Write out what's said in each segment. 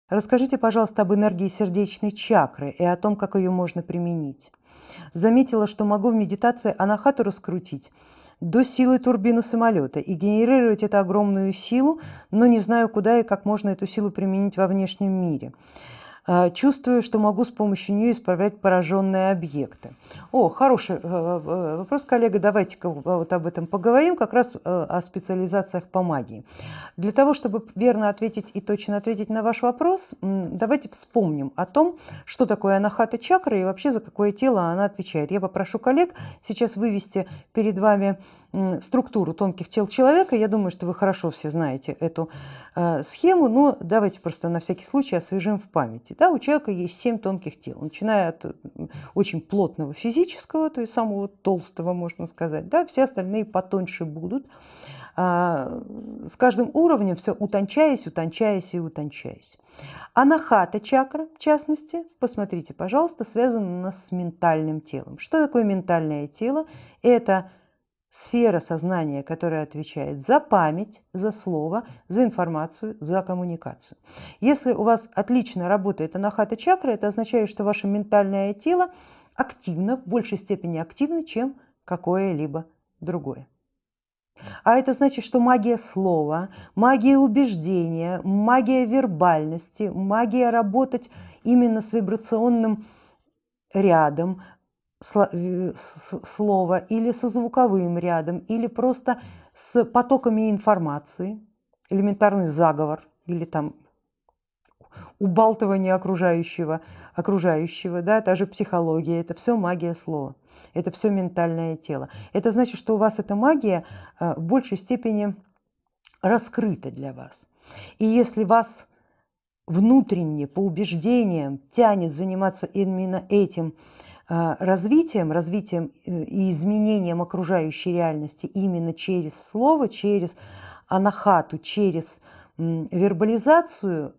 Расскажите, пожалуйста, об энергии сердечной чакры и о том, как ее можно применить. Заметила, что могу в медитации анахату раскрутить до силы турбины самолета и генерировать эту огромную силу, но не знаю, куда и как можно эту силу применить во внешнем мире. Чувствую, что могу с помощью нее исправлять пораженные объекты. О, хороший вопрос, коллега. Давайте-ка вот об этом поговорим, как раз о специализациях по магии. Для того, чтобы верно ответить и точно ответить на ваш вопрос, давайте вспомним о том, что такое анахата чакра и вообще за какое тело она отвечает. Я попрошу коллег сейчас вывести перед вами структуру тонких тел человека. Я думаю, что вы хорошо все знаете эту схему, но давайте просто на всякий случай освежим в памяти. Да, у человека есть 7 тонких тел, начиная от очень плотного физического, то есть самого толстого, можно сказать, да, все остальные потоньше будут. С каждым уровнем все утончаясь, утончаясь и утончаясь. Анахата чакра, в частности, посмотрите, пожалуйста, связана с ментальным телом. Что такое ментальное тело? Это сфера сознания, которая отвечает за память, за слово, за информацию, за коммуникацию. Если у вас отлично работает анахата чакра, это означает, что ваше ментальное тело активно, в большей степени активно, чем какое-либо другое. А это значит, что магия слова, магия убеждения, магия вербальности, магия работать именно с вибрационным рядом слова или со звуковым рядом, или просто с потоками информации, элементарный заговор или там убалтывание окружающего, да, та же психология, это все магия слова, это все ментальное тело. Это значит, что у вас эта магия в большей степени раскрыта для вас. И если вас внутренне, по убеждениям, тянет заниматься именно этим развитием и изменением окружающей реальности именно через слово, через анахату, через вербализацию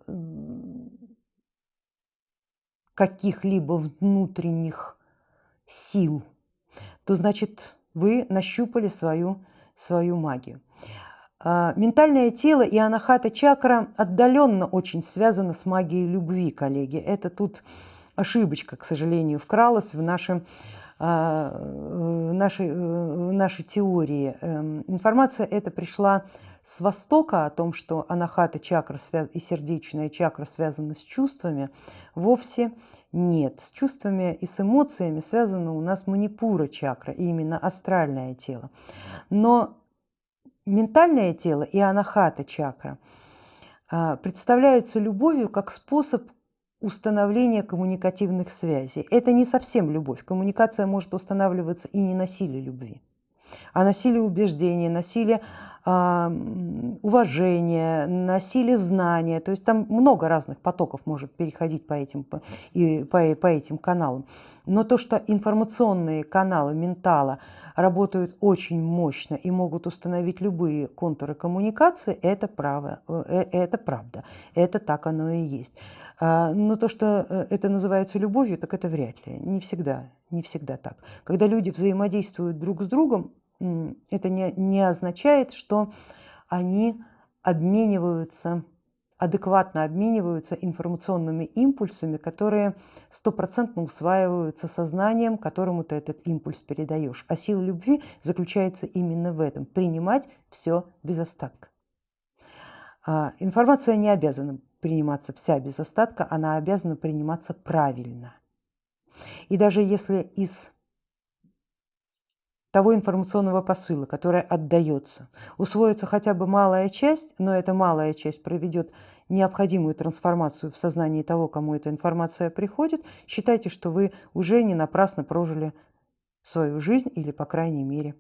каких-либо внутренних сил, то значит вы нащупали свою магию. Ментальное тело и анахата чакра отдаленно очень связаны с магией любви, коллеги. Это тут ошибочка, к сожалению, вкралась в нашей теории. Информация эта пришла с Востока о том, что анахата чакра и сердечная чакра связаны с чувствами, вовсе нет. С чувствами и с эмоциями связана у нас манипура чакра, и именно астральное тело. Но ментальное тело и анахата чакра представляются любовью как способ установления коммуникативных связей. Это не совсем любовь. Коммуникация может устанавливаться и не на силе любви, а на силе убеждения, на силе уважения, на силе знания. То есть там много разных потоков может переходить по этим каналам. Но то, что информационные каналы ментала работают очень мощно и могут установить любые контуры коммуникации, это правда, это так оно и есть. Но то, что это называется любовью, так это вряд ли, не всегда так. Когда люди взаимодействуют друг с другом, это не означает, что они адекватно обмениваются информационными импульсами, которые стопроцентно усваиваются сознанием, которому ты этот импульс передаешь. А сила любви заключается именно в этом – принимать все без остатка. Информация не обязана приниматься вся без остатка, она обязана приниматься правильно. И даже если из того информационного посыла, который отдается, усвоится хотя бы малая часть, но эта малая часть проведет необходимую трансформацию в сознании того, кому эта информация приходит, считайте, что вы уже не напрасно прожили свою жизнь или, по крайней мере,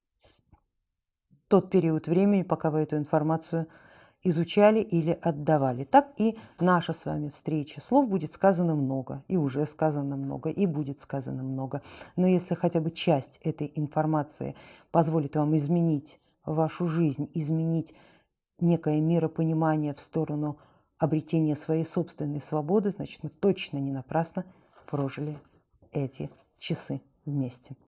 тот период времени, пока вы эту информацию изучали или отдавали. Так и наша с вами встреча. Слов будет сказано много, и уже сказано много, и будет сказано много. Но если хотя бы часть этой информации позволит вам изменить вашу жизнь, изменить некое миропонимание в сторону обретения своей собственной свободы, значит, мы точно не напрасно прожили эти часы вместе.